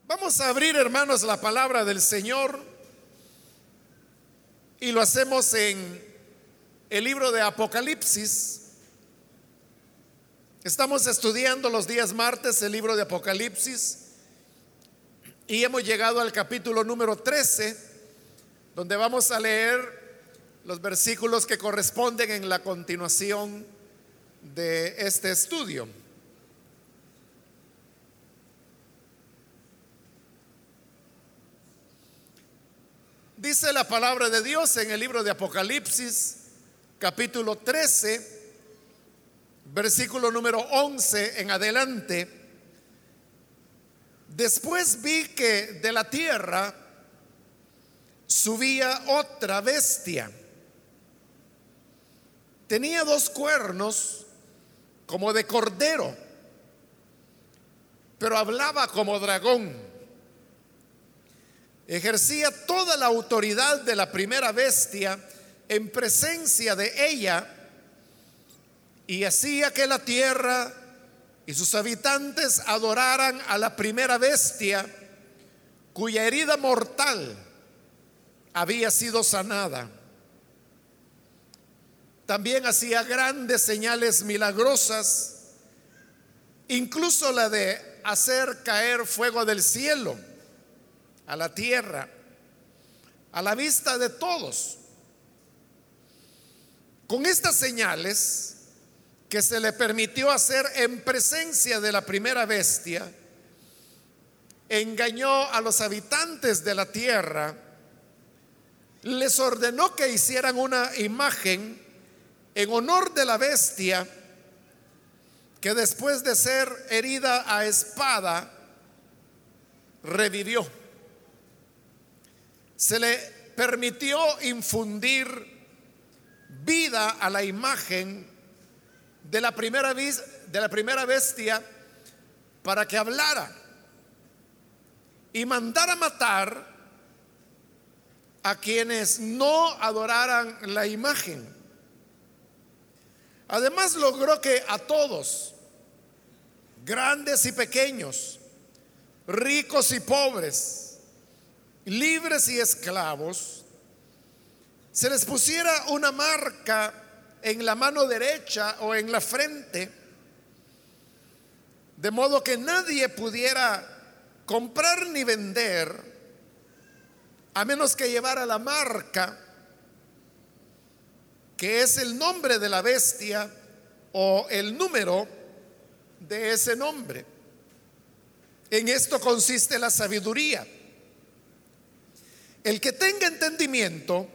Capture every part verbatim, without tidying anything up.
Vamos a abrir, hermanos, la palabra del Señor y lo hacemos en el libro de Apocalipsis. Estamos estudiando los días martes el libro de Apocalipsis y hemos llegado al capítulo número trece, donde vamos a leer los versículos que corresponden en la continuación de este estudio. Dice la palabra de Dios en el libro de Apocalipsis, capítulo trece, versículo número once en adelante. Después vi que de la tierra subía otra bestia. Tenía dos cuernos como de cordero, pero hablaba como dragón. Ejercía toda la autoridad de la primera bestia en presencia de ella y hacía que la tierra y sus habitantes adoraran a la primera bestia, cuya herida mortal había sido sanada. También hacía grandes señales milagrosas, incluso la de hacer caer fuego del cielo a la tierra, a la vista de todos. Con estas señales que se le permitió hacer en presencia de la primera bestia, engañó a los habitantes de la tierra, les ordenó que hicieran una imagen en honor de la bestia, que después de ser herida a espada, revivió. Se le permitió infundir vida a la imagen de la primera, de la primera bestia para que hablara y mandara matar a quienes no adoraran la imagen. Además logró que a todos, grandes y pequeños, ricos y pobres, libres y esclavos, se les pusiera una marca en la mano derecha o en la frente, de modo que nadie pudiera comprar ni vender a menos que llevara la marca, que es el nombre de la bestia o el número de ese nombre. En esto consiste la sabiduría. El que tenga entendimiento,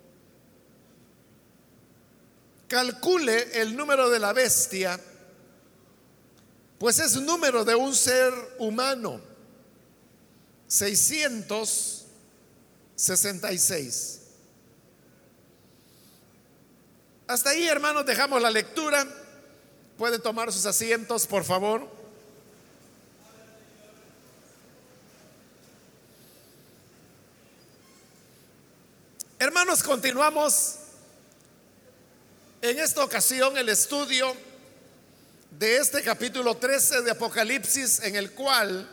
calcule el número de la bestia, pues es número de un ser humano, seiscientos sesenta y seis. Hasta ahí, hermanos, dejamos la lectura. Pueden tomar sus asientos, por favor. Hermanos, continuamos en esta ocasión el estudio de este capítulo trece de Apocalipsis, en el cual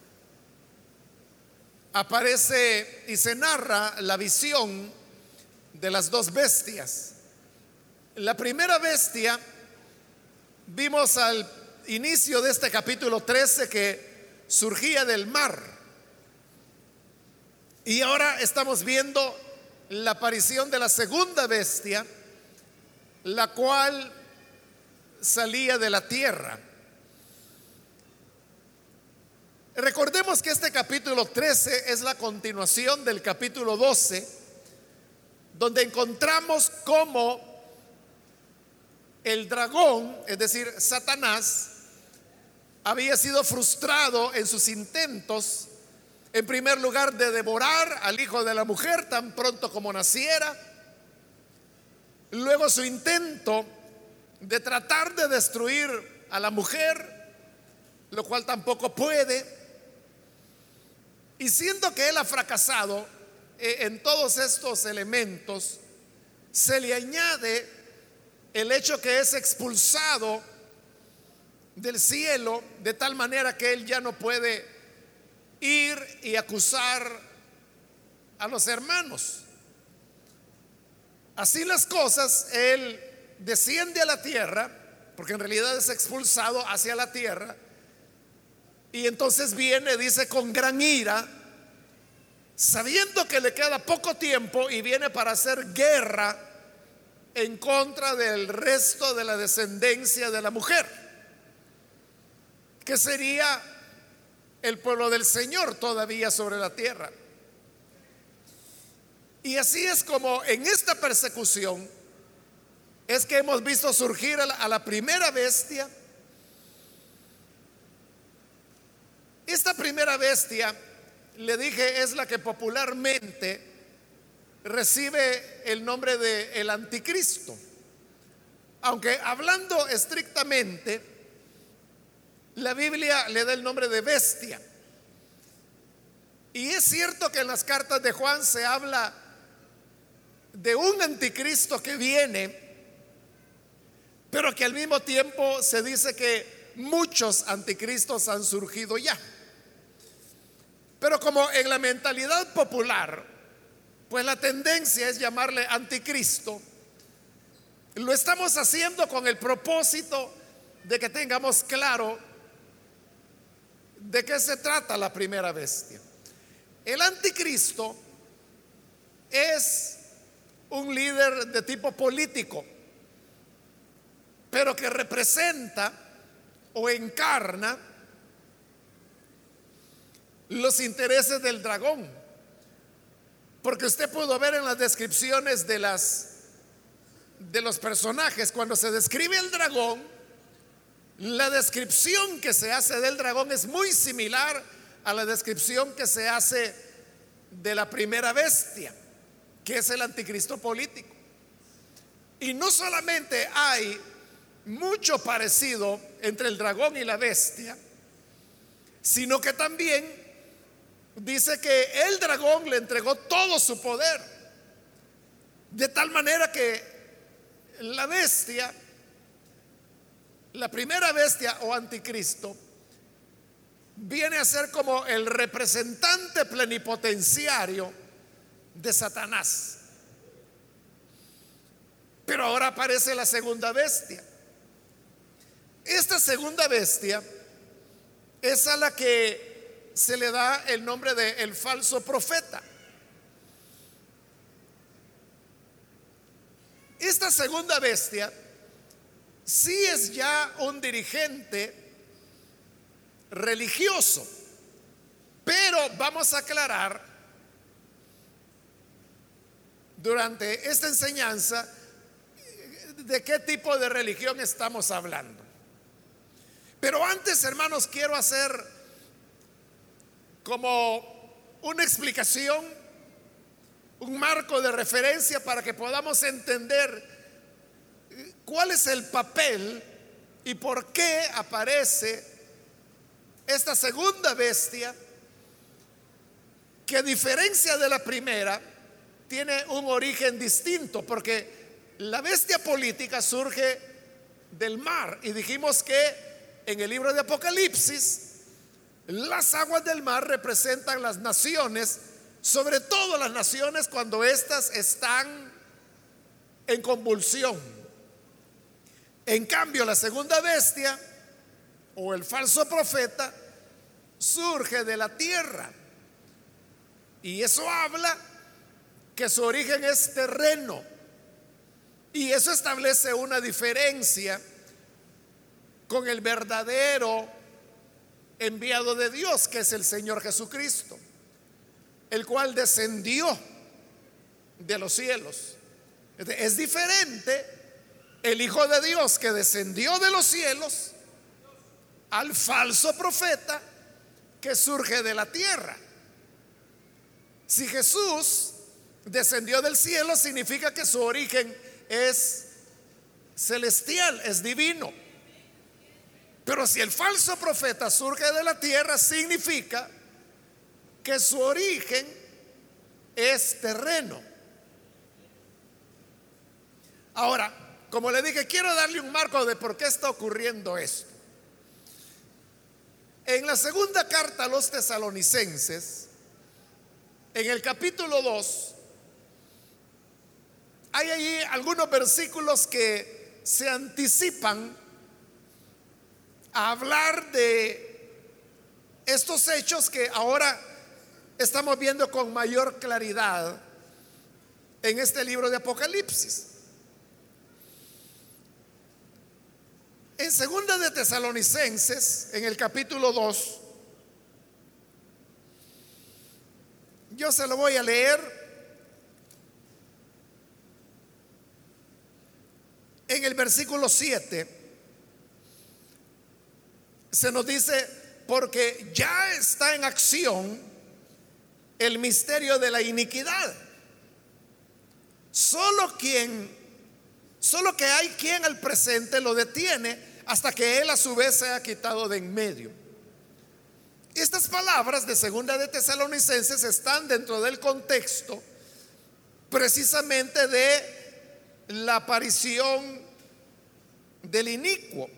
aparece y se narra la visión de las dos bestias. La primera bestia vimos al inicio de este capítulo trece que surgía del mar, y ahora estamos viendo la aparición de la segunda bestia, la cual salía de la tierra. Recordemos que este capítulo trece es la continuación del capítulo doce, donde encontramos cómo el dragón, es decir, Satanás, había sido frustrado en sus intentos, en primer lugar, de devorar al hijo de la mujer tan pronto como naciera. Luego su intento de tratar de destruir a la mujer, lo cual tampoco puede. Y siendo que él ha fracasado eh, en todos estos elementos, se le añade el hecho que es expulsado del cielo, de tal manera que él ya no puede ir y acusar a los hermanos. Así las cosas, él desciende a la tierra, porque en realidad es expulsado hacia la tierra, y entonces viene, dice, con gran ira, sabiendo que le queda poco tiempo, y viene para hacer guerra en contra del resto de la descendencia de la mujer, que sería el pueblo del Señor todavía sobre la tierra. Y así es como en esta persecución es que hemos visto surgir a la, a la primera bestia. Esta primera bestia, le dije, es la que popularmente recibe el nombre de el anticristo, aunque hablando estrictamente la Biblia le da el nombre de bestia. Y es cierto que en las cartas de Juan se habla de un anticristo que viene, pero que al mismo tiempo se dice que muchos anticristos han surgido ya. Pero como en la mentalidad popular, pues la tendencia es llamarle anticristo, lo estamos haciendo con el propósito de que tengamos claro de qué se trata la primera bestia. El anticristo es un líder de tipo político, pero que representa o encarna los intereses del dragón. Porque usted pudo ver en las descripciones de las de los personajes, cuando se describe el dragón, la descripción que se hace del dragón es muy similar a la descripción que se hace de la primera bestia, que es el anticristo político. Y no solamente hay mucho parecido entre el dragón y la bestia, sino que también dice que el dragón le entregó todo su poder, de tal manera que la bestia, la primera bestia o anticristo, viene a ser como el representante plenipotenciario de Satanás. Pero ahora aparece la segunda bestia. Esta segunda bestia es a la que se le da el nombre de el falso profeta. Esta segunda bestia sí es ya un dirigente religioso, pero vamos a aclarar durante esta enseñanza de qué tipo de religión estamos hablando. Pero antes, hermanos, quiero hacer como una explicación, un marco de referencia para que podamos entender cuál es el papel y por qué aparece esta segunda bestia, que a diferencia de la primera tiene un origen distinto, porque la bestia política surge del mar, y dijimos que en el libro de Apocalipsis las aguas del mar representan las naciones, sobre todo las naciones cuando éstas están en convulsión. En cambio, la segunda bestia o el falso profeta surge de la tierra, y eso habla que su origen es terreno, y eso establece una diferencia con el verdadero enviado de Dios, que es el Señor Jesucristo, el cual descendió de los cielos. Es diferente el Hijo de Dios que descendió de los cielos al falso profeta que surge de la tierra. Si Jesús descendió del cielo, significa que su origen es celestial, es divino. Pero si el falso profeta surge de la tierra, significa que su origen es terreno. Ahora, como le dije, quiero darle un marco de por qué está ocurriendo esto. En la segunda carta a los tesalonicenses, En el capítulo dos hay allí algunos versículos que se anticipan a hablar de estos hechos que ahora estamos viendo con mayor claridad en este libro de Apocalipsis. En segunda de Tesalonicenses, en el capítulo dos, yo se lo voy a leer. En el versículo siete se nos dice: porque ya está en acción el misterio de la iniquidad. Solo quien, solo que hay quien al presente lo detiene hasta que él a su vez sea quitado de en medio. Estas palabras de segunda de Tesalonicenses están dentro del contexto precisamente de la aparición del inicuo.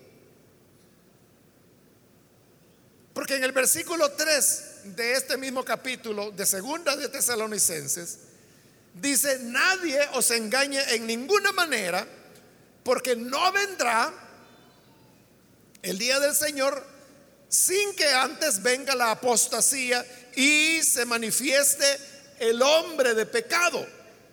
Porque en el versículo tres de este mismo capítulo de segunda de Tesalonicenses dice: nadie os engañe en ninguna manera, porque no vendrá el día del Señor sin que antes venga la apostasía y se manifieste el hombre de pecado,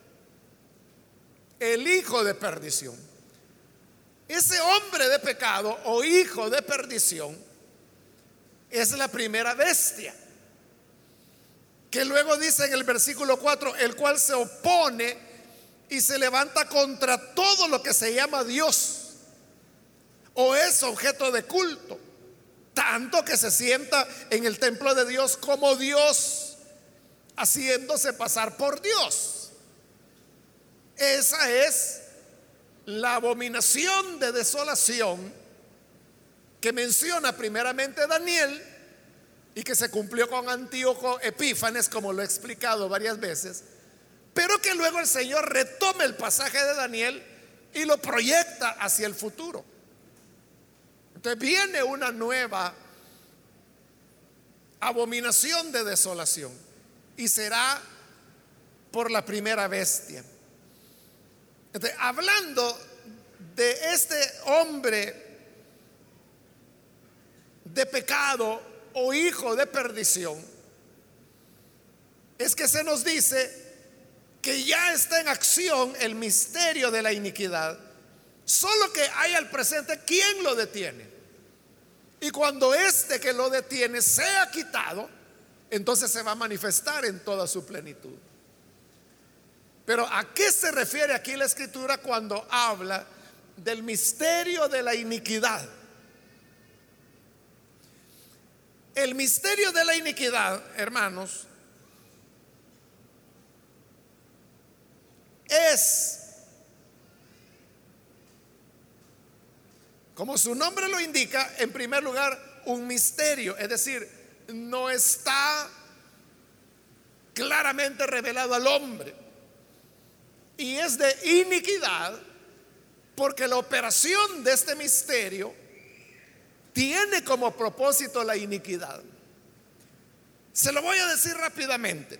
el hijo de perdición. Ese hombre de pecado o hijo de perdición es la primera bestia, que luego dice en el versículo cuatro: el cual se opone y se levanta contra todo lo que se llama Dios o es objeto de culto, tanto que se sienta en el templo de Dios como Dios, haciéndose pasar por Dios. Esa es la abominación de desolación que menciona primeramente Daniel y que se cumplió con Antíoco Epífanes, como lo he explicado varias veces, pero que luego el Señor retoma el pasaje de Daniel y lo proyecta hacia el futuro. Entonces viene una nueva abominación de desolación y será por la primera bestia. Entonces, hablando de este hombre de pecado o hijo de perdición, es que se nos dice que ya está en acción el misterio de la iniquidad, solo que hay al presente quien lo detiene. Y cuando este que lo detiene sea quitado, entonces se va a manifestar en toda su plenitud. Pero ¿a qué se refiere aquí la Escritura cuando habla del misterio de la iniquidad? El misterio de la iniquidad, hermanos, es, como su nombre lo indica, en primer lugar, un misterio. Es decir, no está claramente revelado al hombre. Y es de iniquidad porque la operación de este misterio tiene como propósito la iniquidad. Se lo voy a decir rápidamente.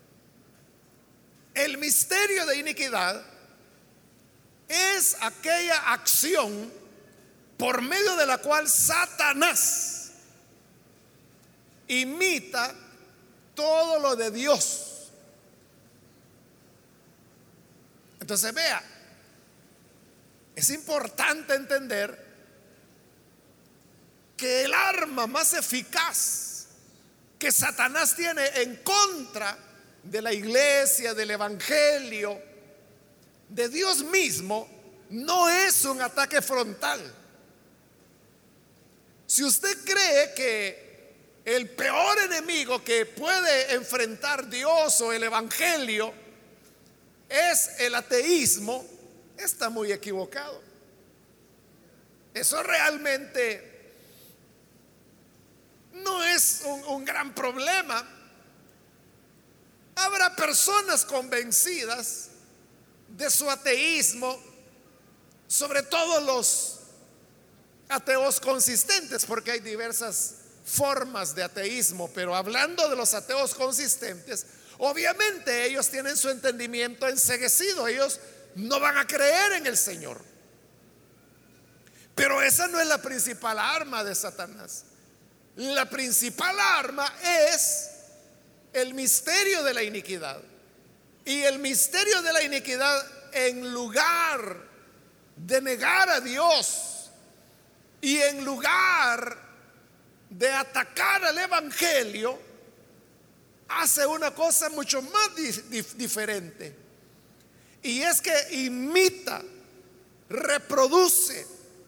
El misterio de iniquidad es aquella acción por medio de la cual Satanás imita todo lo de Dios. Entonces vea, es importante entender que el arma más eficaz que Satanás tiene en contra de la iglesia, del evangelio, de Dios mismo, no es un ataque frontal. Si usted cree que el peor enemigo que puede enfrentar Dios o el evangelio es el ateísmo, está muy equivocado. Eso realmente no es un, un gran problema. Habrá personas convencidas de su ateísmo, sobre todo los ateos consistentes, porque hay diversas formas de ateísmo, pero hablando de los ateos consistentes, obviamente ellos tienen su entendimiento enceguecido, ellos no van a creer en el Señor. Pero esa no es la principal arma de Satanás. La principal arma es el misterio de la iniquidad. Y el misterio de la iniquidad, en lugar de negar a Dios y en lugar de atacar al Evangelio, hace una cosa mucho más dif- diferente. Y es que imita, reproduce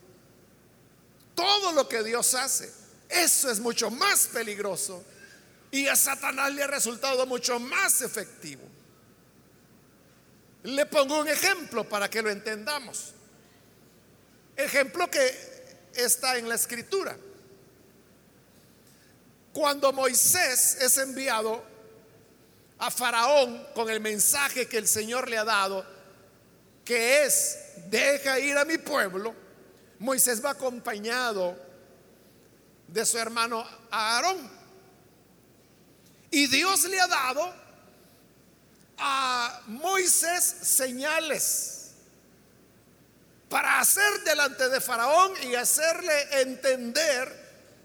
todo lo que Dios hace. Eso es mucho más peligroso y a Satanás le ha resultado mucho más efectivo. Le pongo un ejemplo para que lo entendamos. Ejemplo que está en la Escritura. Cuando Moisés es enviado a Faraón con el mensaje que el Señor le ha dado, que es: deja ir a mi pueblo, Moisés va acompañado de su hermano Aarón. Y Dios le ha dado a Moisés señales para hacer delante de Faraón y hacerle entender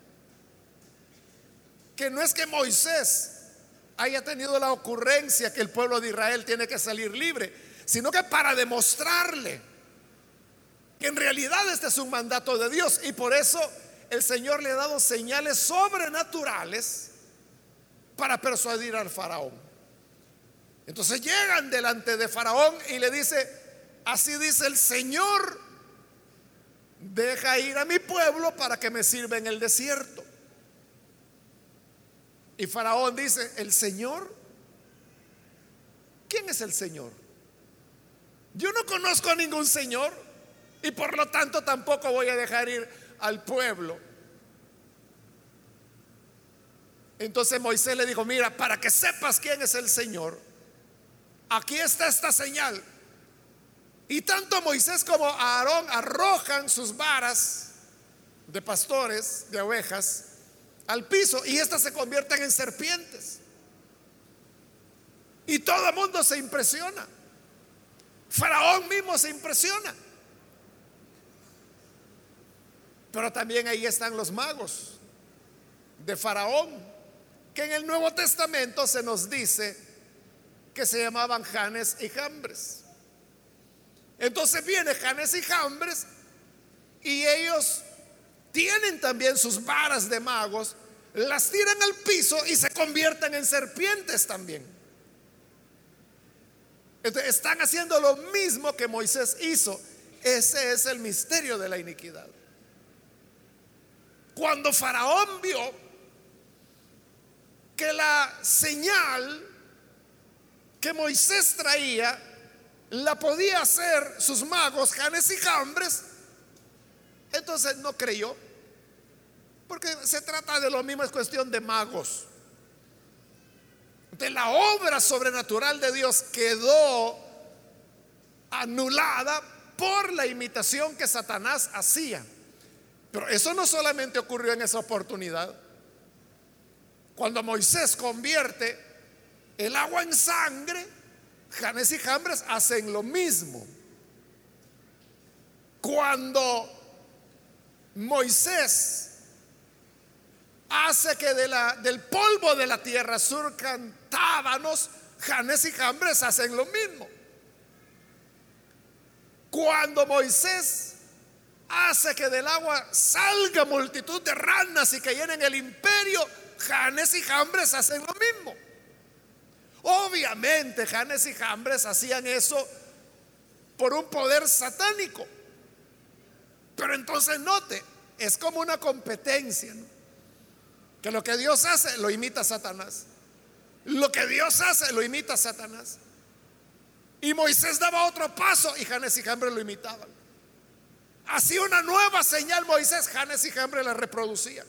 que no es que Moisés haya tenido la ocurrencia que el pueblo de Israel tiene que salir libre, sino que para demostrarle que en realidad este es un mandato de Dios. Y por eso el Señor le ha dado señales sobrenaturales para persuadir al Faraón. Entonces llegan delante de Faraón y le dice: así dice el Señor, deja ir a mi pueblo para que me sirva en el desierto. Y Faraón dice: ¿el Señor? ¿Quién es el Señor? Yo no conozco a ningún Señor y por lo tanto tampoco voy a dejar ir al pueblo. Entonces Moisés le dijo: mira, para que sepas quién es el Señor, aquí está esta señal. Y tanto Moisés como Aarón arrojan sus varas de pastores de ovejas al piso y estas se convierten en serpientes. Y todo el mundo se impresiona. Faraón mismo se impresiona. Pero también ahí están los magos de Faraón, que en el Nuevo Testamento se nos dice que se llamaban Janes y Jambres. Entonces viene Janes y Jambres y ellos tienen también sus varas de magos, las tiran al piso y se convierten en serpientes también. Entonces, están haciendo lo mismo que Moisés hizo. Ese es el misterio de la iniquidad. Cuando Faraón vio que la señal que Moisés traía la podía hacer sus magos Janes y Jambres, entonces no creyó, porque se trata de lo mismo, es cuestión de magos. De la obra sobrenatural de Dios quedó anulada por la imitación que Satanás hacía. Pero eso no solamente ocurrió en esa oportunidad. Cuando Moisés convierte el agua en sangre, Janes y Jambres hacen lo mismo. Cuando Moisés hace que de la, del polvo de la tierra surcan tábanos, Janes y Jambres hacen lo mismo. Cuando Moisés hace que del agua salga multitud de ranas y que llenen el imperio, Janes y Jambres hacen lo mismo. Obviamente Janes y Jambres hacían eso por un poder satánico. Pero entonces note, es como una competencia, ¿no? Que lo que Dios hace lo imita Satanás. Lo que Dios hace lo imita Satanás. Y Moisés daba otro paso y Janes y Jambres lo imitaban. Hacía una nueva señal Moisés, Janes y Jambres la reproducían.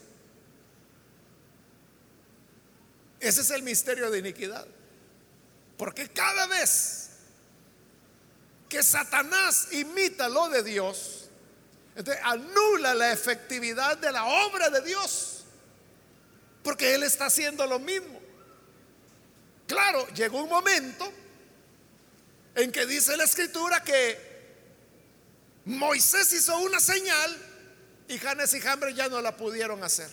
Ese es el misterio de iniquidad. Porque cada vez que Satanás imita lo de Dios, entonces anula la efectividad de la obra de Dios. porque él está haciendo lo mismo. Claro, llegó un momento en que dice la escritura que Moisés hizo una señal y Janes y Jambres ya no la pudieron hacer.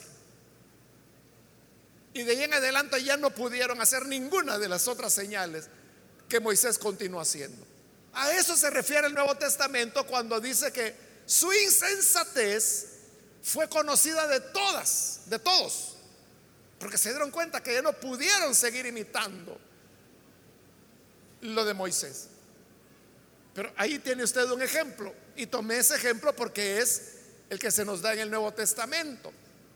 Y de ahí en adelante ya no pudieron hacer ninguna de las otras señales que Moisés continuó haciendo. A eso se refiere el Nuevo Testamento cuando dice que su insensatez fue conocida de todas, de todos, porque se dieron cuenta que ya no pudieron seguir imitando lo de Moisés. Pero ahí tiene usted un ejemplo, y tomé ese ejemplo porque es el que se nos da en el Nuevo Testamento.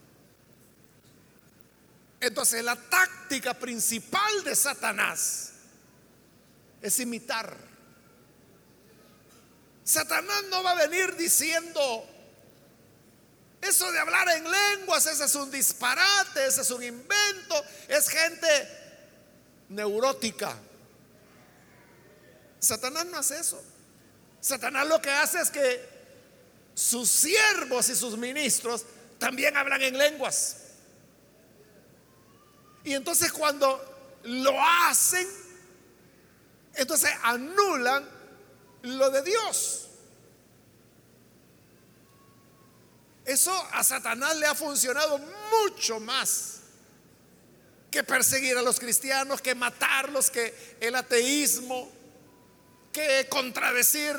Entonces, la táctica principal de Satanás es imitar. Satanás no va a venir diciendo: eso de hablar en lenguas, ese es un disparate, ese es un invento, es gente neurótica. Satanás no hace eso. Satanás lo que hace es que sus siervos y sus ministros también hablan en lenguas. Y entonces cuando lo hacen, entonces anulan lo de Dios. Eso a Satanás le ha funcionado mucho más que perseguir a los cristianos, que matarlos, que el ateísmo, que contradecir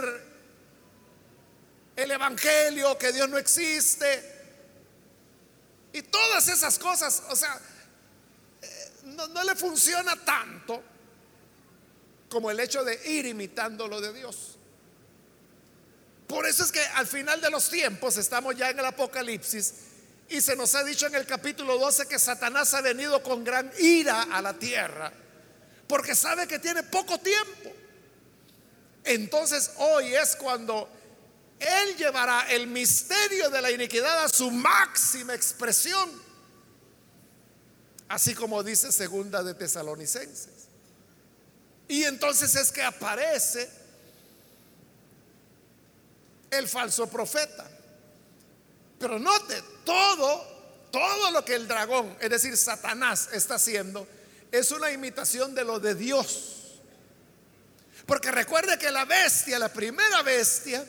el evangelio, que Dios no existe y todas esas cosas. O sea, no, no le funciona tanto como el hecho de ir imitando lo de Dios. Por eso es que al final de los tiempos, estamos ya en el Apocalipsis, y se nos ha dicho en el capítulo doce que Satanás ha venido con gran ira a la tierra, porque sabe que tiene poco tiempo. Entonces hoy es cuando él llevará el misterio de la iniquidad a su máxima expresión, así como dice segunda de Tesalonicenses. Y entonces es que aparece el falso profeta. Pero note, todo, todo lo que el dragón, es decir, Satanás, está haciendo es una imitación de lo de Dios. Porque recuerde que la bestia, la primera bestia,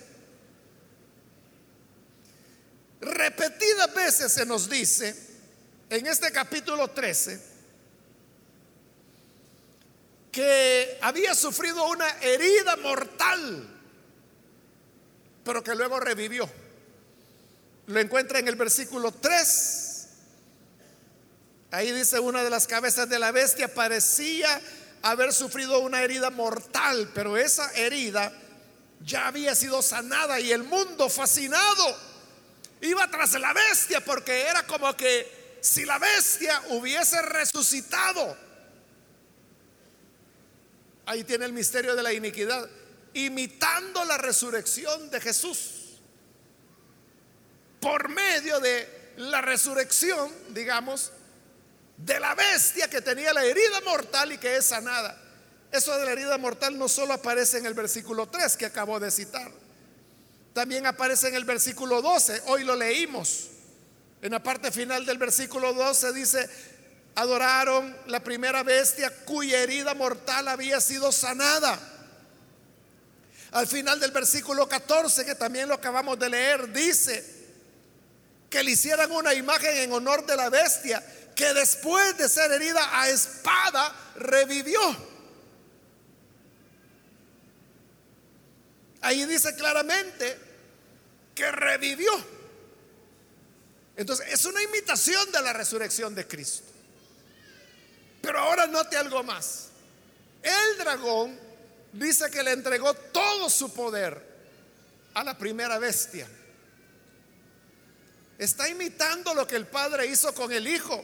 repetidas veces se nos dice en este capítulo trece que había sufrido una herida mortal, pero que luego revivió. Lo encuentra en el versículo tres. Ahí dice: una de las cabezas de la bestia parecía haber sufrido una herida mortal, pero esa herida ya había sido sanada, y el mundo, fascinado, iba tras la bestia, porque era como que si la bestia hubiese resucitado. Ahí tiene el misterio de la iniquidad, imitando la resurrección de Jesús. Por medio de la resurrección, digamos, de la bestia que tenía la herida mortal y que es sanada. Eso de la herida mortal no solo aparece en el versículo tres que acabo de citar, también aparece en el versículo doce. Hoy lo leímos. En la parte final del versículo doce dice: adoraron la primera bestia cuya herida mortal había sido sanada. Al final del versículo catorce, que también lo acabamos de leer, dice que le hicieran una imagen en honor de la bestia, que después de ser herida a espada revivió. Ahí dice claramente que revivió. Entonces es una imitación de la resurrección de Cristo. Pero ahora note algo más. El dragón dice que le entregó todo su poder a la primera bestia. Está imitando lo que el Padre hizo con el Hijo.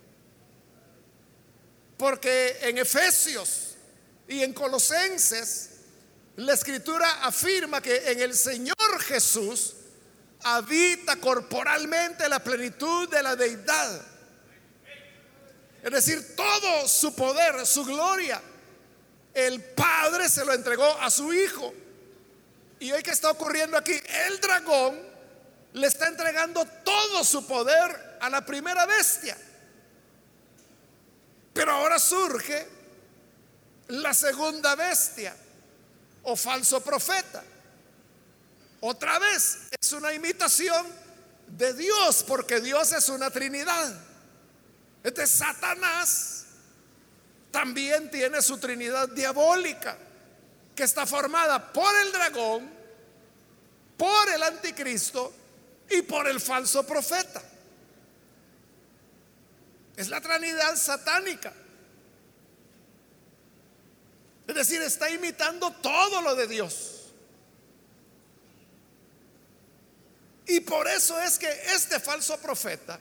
Porque en Efesios y en Colosenses la Escritura afirma que en el Señor Jesús habita corporalmente la plenitud de la deidad. Es decir, todo su poder, su gloria, el Padre se lo entregó a su Hijo. Y hoy, ¿qué está ocurriendo aquí? El dragón le está entregando todo su poder a la primera bestia. Pero ahora surge la segunda bestia o falso profeta. Otra vez es una imitación de Dios, porque Dios es una Trinidad. Este Satanás también tiene su Trinidad diabólica, que está formada por el dragón, por el anticristo y por el falso profeta. Es la Trinidad satánica. Es decir, está imitando todo lo de Dios. Y por eso es que este falso profeta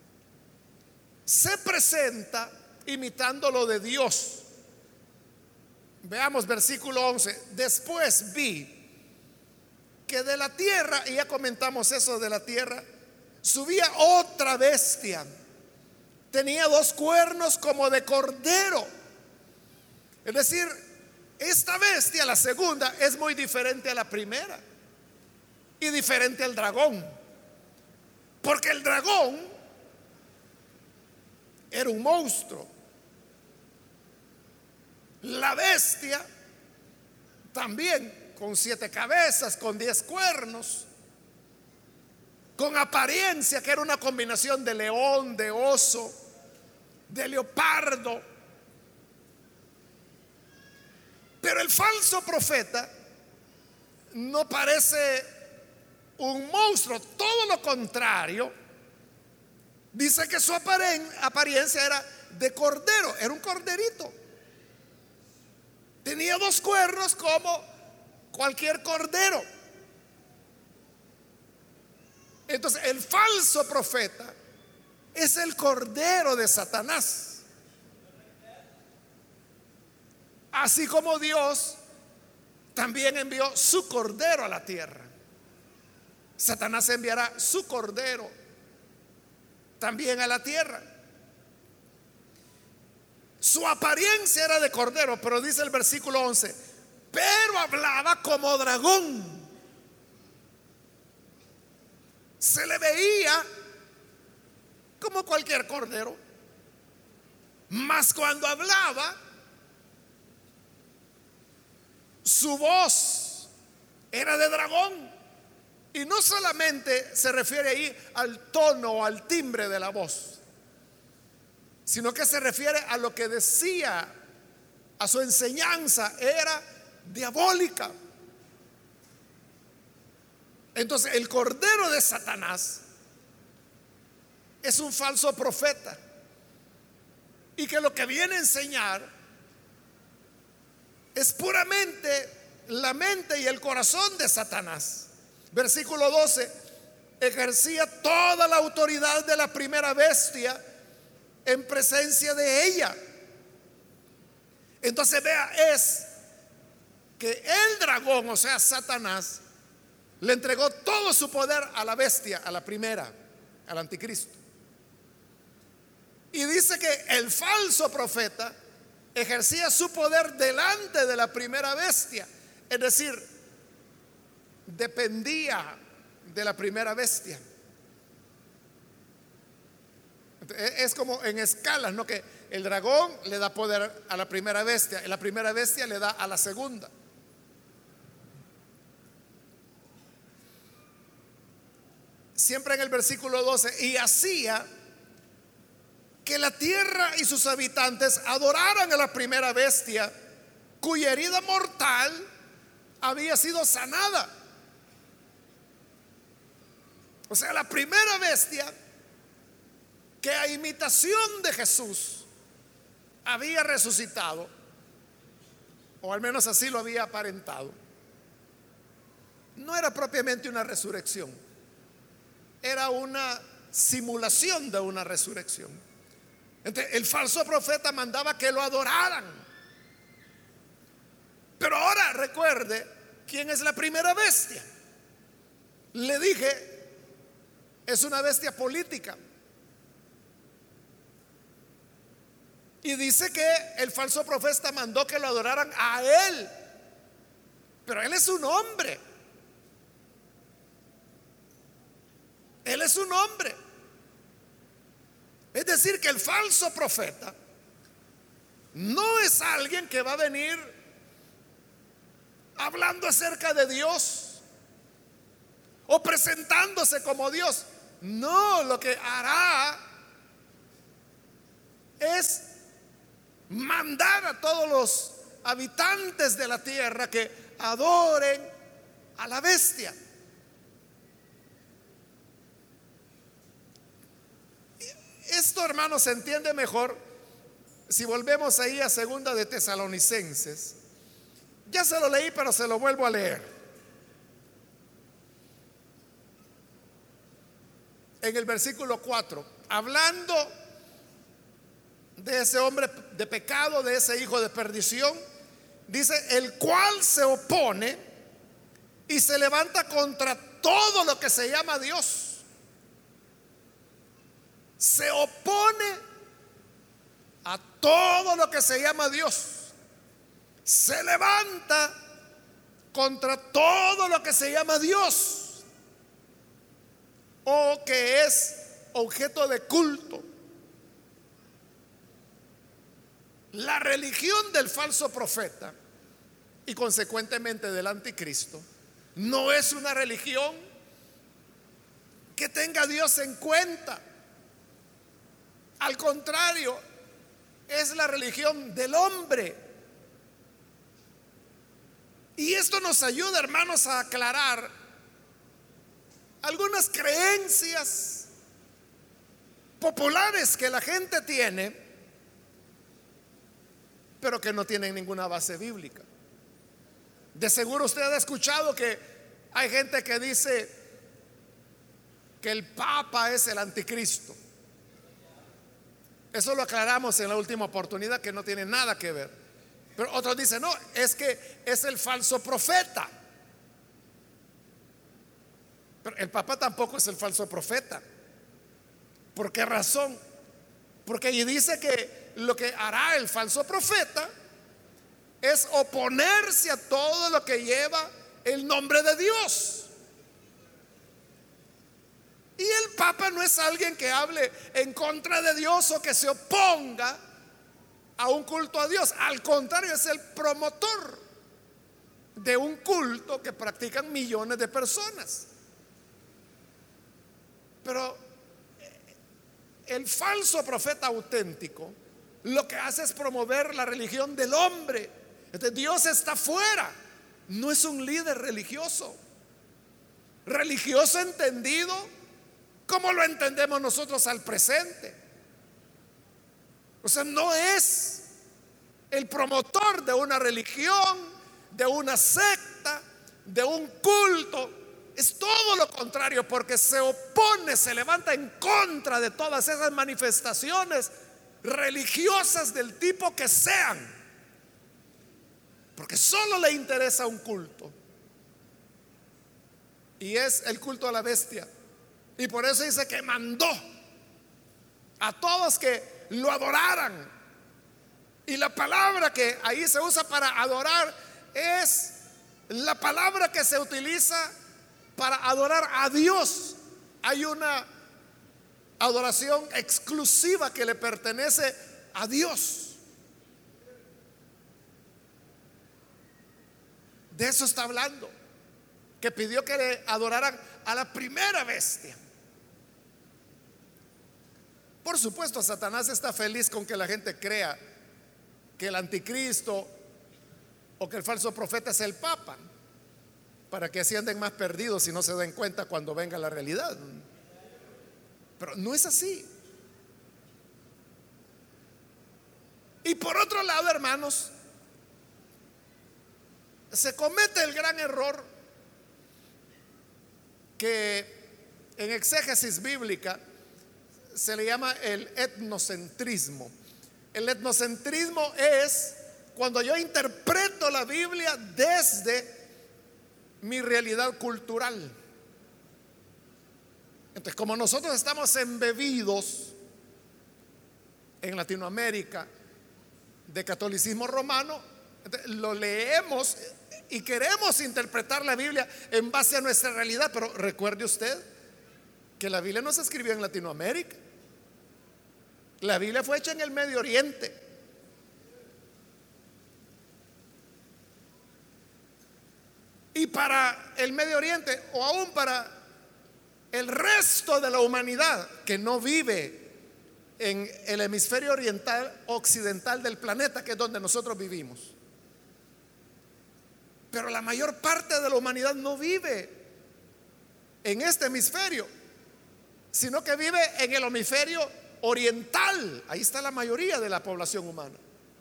se presenta imitando lo de Dios. Veamos versículo once. Después vi que de la tierra, y ya comentamos eso de la tierra, subía otra bestia. Tenía dos cuernos como de cordero. Es decir, esta bestia, la segunda, es muy diferente a la primera y diferente al dragón, porque el dragón era un monstruo. La bestia también, con siete cabezas, con diez cuernos, con apariencia que era una combinación de león, de oso, de leopardo. Pero el falso profeta no parece un monstruo, todo lo contrario. Dice que su apariencia era de cordero, era un corderito. Tenía dos cuernos como cualquier cordero. Entonces el falso profeta es el cordero de Satanás. Así como Dios también envió su cordero a la tierra, Satanás enviará su cordero también a la tierra. Su apariencia era de cordero, pero dice el versículo once, pero hablaba como dragón. Se le veía como cualquier cordero, mas cuando hablaba, su voz era de dragón. Y no solamente se refiere ahí al tono o al timbre de la voz, sino que se refiere a lo que decía, a su enseñanza, era diabólica. Entonces el cordero de Satanás es un falso profeta, y que lo que viene a enseñar es puramente la mente y el corazón de Satanás. Versículo doce, ejercía toda la autoridad de la primera bestia en presencia de ella. Entonces vea, es que el dragón, o sea Satanás, le entregó todo su poder a la bestia, a la primera, al anticristo. Y dice que el falso profeta ejercía su poder delante de la primera bestia, es decir, dependía de la primera bestia. Es como en escalas, ¿no? Que el dragón le da poder a la primera bestia y la primera bestia le da a la segunda. Siempre en el versículo doce, y hacía que la tierra y sus habitantes adoraran a la primera bestia, cuya herida mortal había sido sanada. O sea, la primera bestia, que a imitación de Jesús había resucitado, o al menos así lo había aparentado, no era propiamente una resurrección, era una simulación de una resurrección. Entonces, el falso profeta mandaba que lo adoraran. Pero ahora recuerde quién es la primera bestia. Le dije, es una bestia política. Y dice que el falso profeta mandó que lo adoraran a él. Pero él es un hombre. Él es un hombre. Es decir, que el falso profeta no es alguien que va a venir hablando acerca de Dios o presentándose como Dios. No, lo que hará es mandar a todos los habitantes de la tierra que adoren a la bestia. Esto, hermanos, se entiende mejor si volvemos ahí a segunda de Tesalonicenses. Ya se lo leí, pero se lo vuelvo a leer. En el versículo cuatro, hablando de ese hombre de pecado, de ese hijo de perdición, dice: el cual se opone y se levanta contra todo lo que se llama Dios. Se opone a todo lo que se llama Dios. Se levanta contra todo lo que se llama Dios o que es objeto de culto. La religión del falso profeta y consecuentemente del anticristo no es una religión que tenga a Dios en cuenta. Al contrario, es la religión del hombre. Y esto nos ayuda, hermanos, a aclarar algunas creencias populares que la gente tiene, pero que no tienen ninguna base bíblica. De seguro usted ha escuchado que hay gente que dice que el Papa es el anticristo. Eso lo aclaramos en la última oportunidad, que no tiene nada que ver. Pero otros dicen: no, es que es el falso profeta. Pero el Papa tampoco es el falso profeta. ¿Por qué razón? Porque allí dice que lo que hará el falso profeta es oponerse a todo lo que lleva el nombre de Dios. Y el Papa no es alguien que hable en contra de Dios o que se oponga a un culto a Dios. Al contrario, es el promotor de un culto que practican millones de personas. Pero el falso profeta auténtico lo que hace es promover la religión del hombre. Entonces, Dios está fuera. No es un líder religioso. Religioso entendido como lo entendemos nosotros al presente. O sea, no es el promotor de una religión, de una secta, de un culto. Es todo lo contrario, porque se opone, se levanta en contra de todas esas manifestaciones religiosas del tipo que sean, porque solo le interesa un culto, y es el culto a la bestia. Y por eso dice que mandó a todos que lo adoraran. Y la palabra que ahí se usa para adorar es la palabra que se utiliza para adorar a Dios. Hay una adoración exclusiva que le pertenece a Dios. De eso está hablando, que pidió que le adoraran a la primera bestia. Por supuesto, Satanás está feliz con que la gente crea que el anticristo o que el falso profeta es el Papa, para que así anden más perdidos y no se den cuenta cuando venga la realidad. Pero no es así. Y por otro lado, hermanos, se comete el gran error que en exégesis bíblica se le llama el etnocentrismo. El etnocentrismo es cuando yo interpreto la Biblia desde mi realidad cultural. Entonces, como nosotros estamos embebidos en Latinoamérica de catolicismo romano, lo leemos y queremos interpretar la Biblia en base a nuestra realidad. Pero recuerde usted que la Biblia no se escribió en Latinoamérica. La Biblia fue hecha en el Medio Oriente. y para el Medio Oriente, o aún para el resto de la humanidad que no vive en el hemisferio oriental occidental del planeta, que es donde nosotros vivimos. Pero la mayor parte de la humanidad no vive en este hemisferio, sino que vive en el hemisferio oriental. Ahí está la mayoría de la población humana.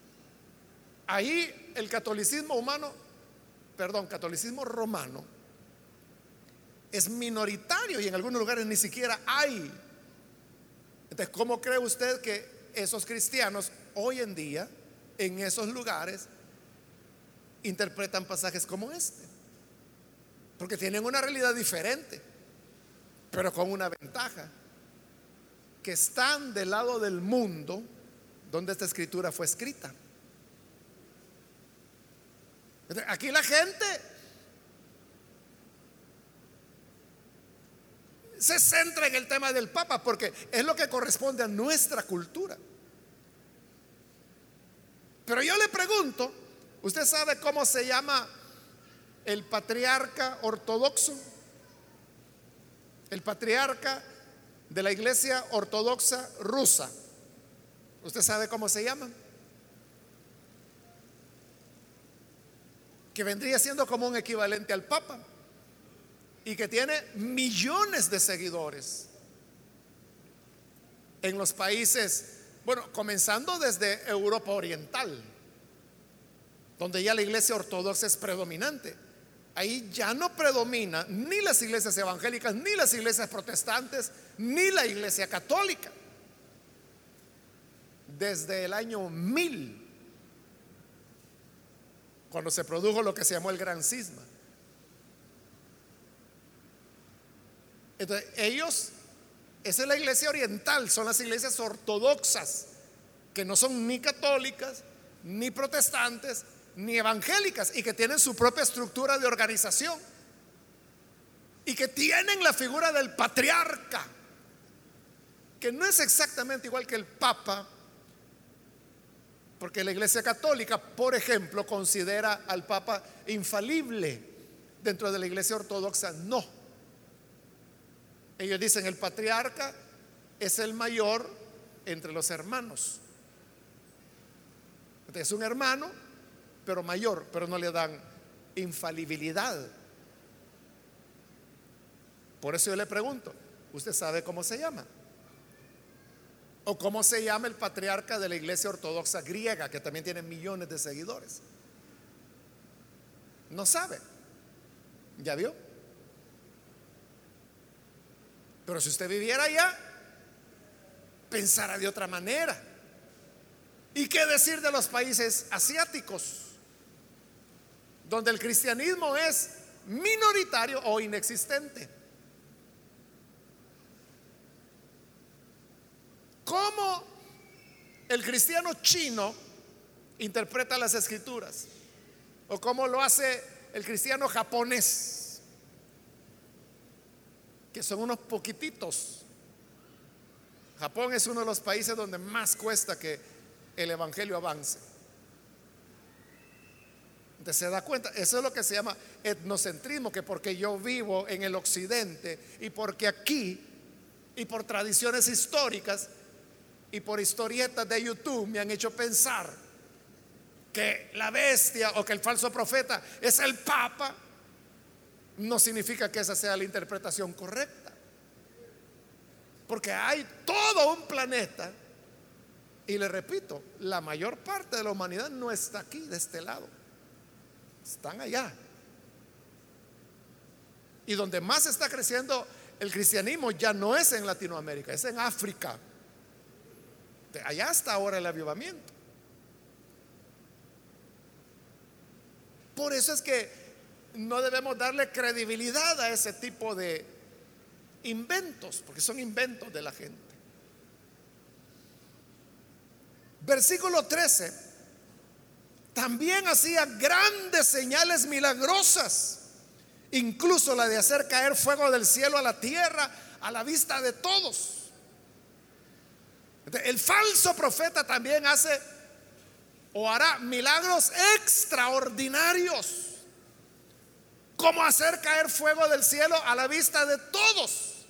Ahí el catolicismo humano, perdón, catolicismo romano es minoritario y en algunos lugares ni siquiera hay. Entonces, ¿cómo cree usted que esos cristianos hoy en día en esos lugares interpretan pasajes como este? Porque tienen una realidad diferente, pero con una ventaja: que están del lado del mundo donde esta escritura fue escrita. Aquí la gente se centra en el tema del Papa porque es lo que corresponde a nuestra cultura. Pero yo le pregunto, ¿usted sabe cómo se llama el patriarca ortodoxo? El patriarca de la Iglesia Ortodoxa rusa. ¿Usted sabe cómo se llama? Que vendría siendo como un equivalente al Papa y que tiene millones de seguidores en los países, bueno, comenzando desde Europa Oriental, donde ya la Iglesia Ortodoxa es predominante. Ahí ya no predomina ni las iglesias evangélicas, ni las iglesias protestantes, ni la Iglesia Católica. Desde el año mil, cuando se produjo lo que se llamó el Gran Cisma. Entonces, ellos, esa es la Iglesia Oriental, son las iglesias ortodoxas, que no son ni católicas, ni protestantes, ni evangélicas, y que tienen su propia estructura de organización, y que tienen la figura del patriarca, que no es exactamente igual que el Papa, porque la Iglesia Católica, por ejemplo, considera al Papa infalible. Dentro de la Iglesia Ortodoxa no. Ellos dicen el patriarca es el mayor entre los hermanos. Entonces, es un hermano pero mayor, pero no le dan infalibilidad. Por eso yo le pregunto, ¿usted sabe cómo se llama? ¿O cómo se llama el patriarca de la Iglesia Ortodoxa griega, que también tiene millones de seguidores? No sabe. ¿Ya vio? Pero si usted viviera allá, pensara de otra manera. ¿Y qué decir de los países asiáticos, donde el cristianismo es minoritario o inexistente? ¿Cómo el cristiano chino interpreta las escrituras? ¿O cómo lo hace el cristiano japonés? Que son unos poquititos. Japón es uno de los países donde más cuesta que el evangelio avance. Entonces se da cuenta, eso es lo que se llama etnocentrismo, que porque yo vivo en el occidente y porque aquí y por tradiciones históricas y por historietas de YouTube me han hecho pensar que la bestia o que el falso profeta es el Papa, no significa que esa sea la interpretación correcta, porque hay todo un planeta, y le repito, la mayor parte de la humanidad no está aquí de este lado, están allá. Y donde más está creciendo el cristianismo ya no es en Latinoamérica, es en África. Allá está ahora el avivamiento. Por eso es que no debemos darle credibilidad a ese tipo de inventos, porque son inventos de la gente. Versículo trece: también hacía grandes señales milagrosas, incluso la de hacer caer fuego del cielo a la tierra a la vista de todos. El falso profeta también hace o hará milagros extraordinarios, ¿Cómo hacer caer fuego del cielo a la vista de todos?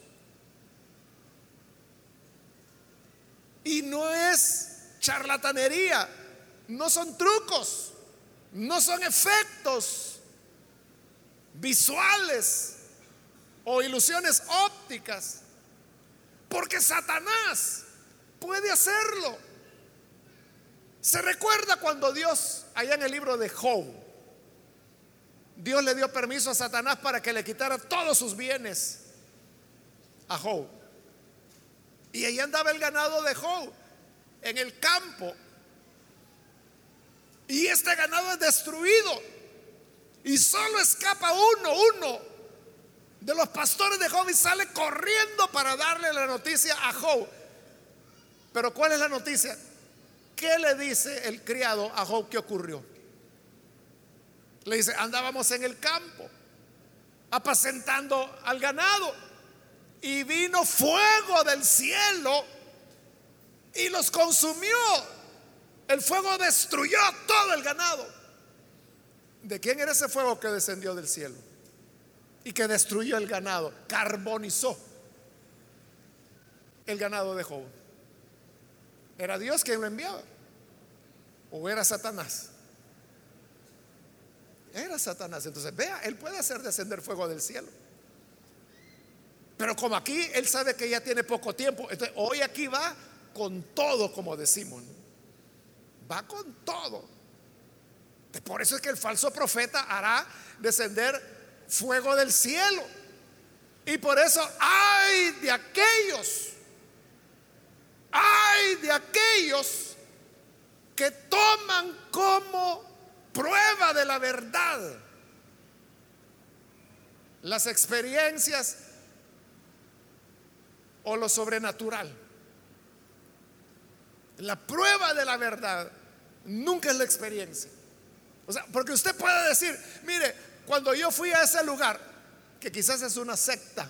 Y no es charlatanería, no son trucos, no son efectos visuales o ilusiones ópticas, porque Satanás puede hacerlo. Se recuerda cuando Dios, allá en el libro de Job, Dios le dio permiso a Satanás para que le quitara todos sus bienes a Job. Y ahí andaba el ganado de Job en el campo. Y este ganado es destruido. Y solo escapa uno, uno de los pastores de Job y sale corriendo para darle la noticia a Job. Pero ¿cuál es la noticia? ¿Qué le dice el criado a Job que ocurrió? Le dice: andábamos en el campo apacentando al ganado y vino fuego del cielo y los consumió. El fuego destruyó todo el ganado. ¿De quién era ese fuego que descendió del cielo y que destruyó el ganado? Carbonizó el ganado de Job. ¿Era Dios quien lo enviaba o era Satanás? Era Satanás. Entonces vea, él puede hacer descender fuego del cielo, pero como aquí él sabe que ya tiene poco tiempo, entonces hoy aquí va con todo, como decimos, va con todo. Por eso es que el falso profeta hará descender fuego del cielo. Y por eso ay de aquellos, ay de aquellos que toman como prueba de la verdad las experiencias o lo sobrenatural. La prueba de la verdad nunca es la experiencia. O sea, porque usted puede decir: mire, cuando yo fui a ese lugar, que quizás es una secta,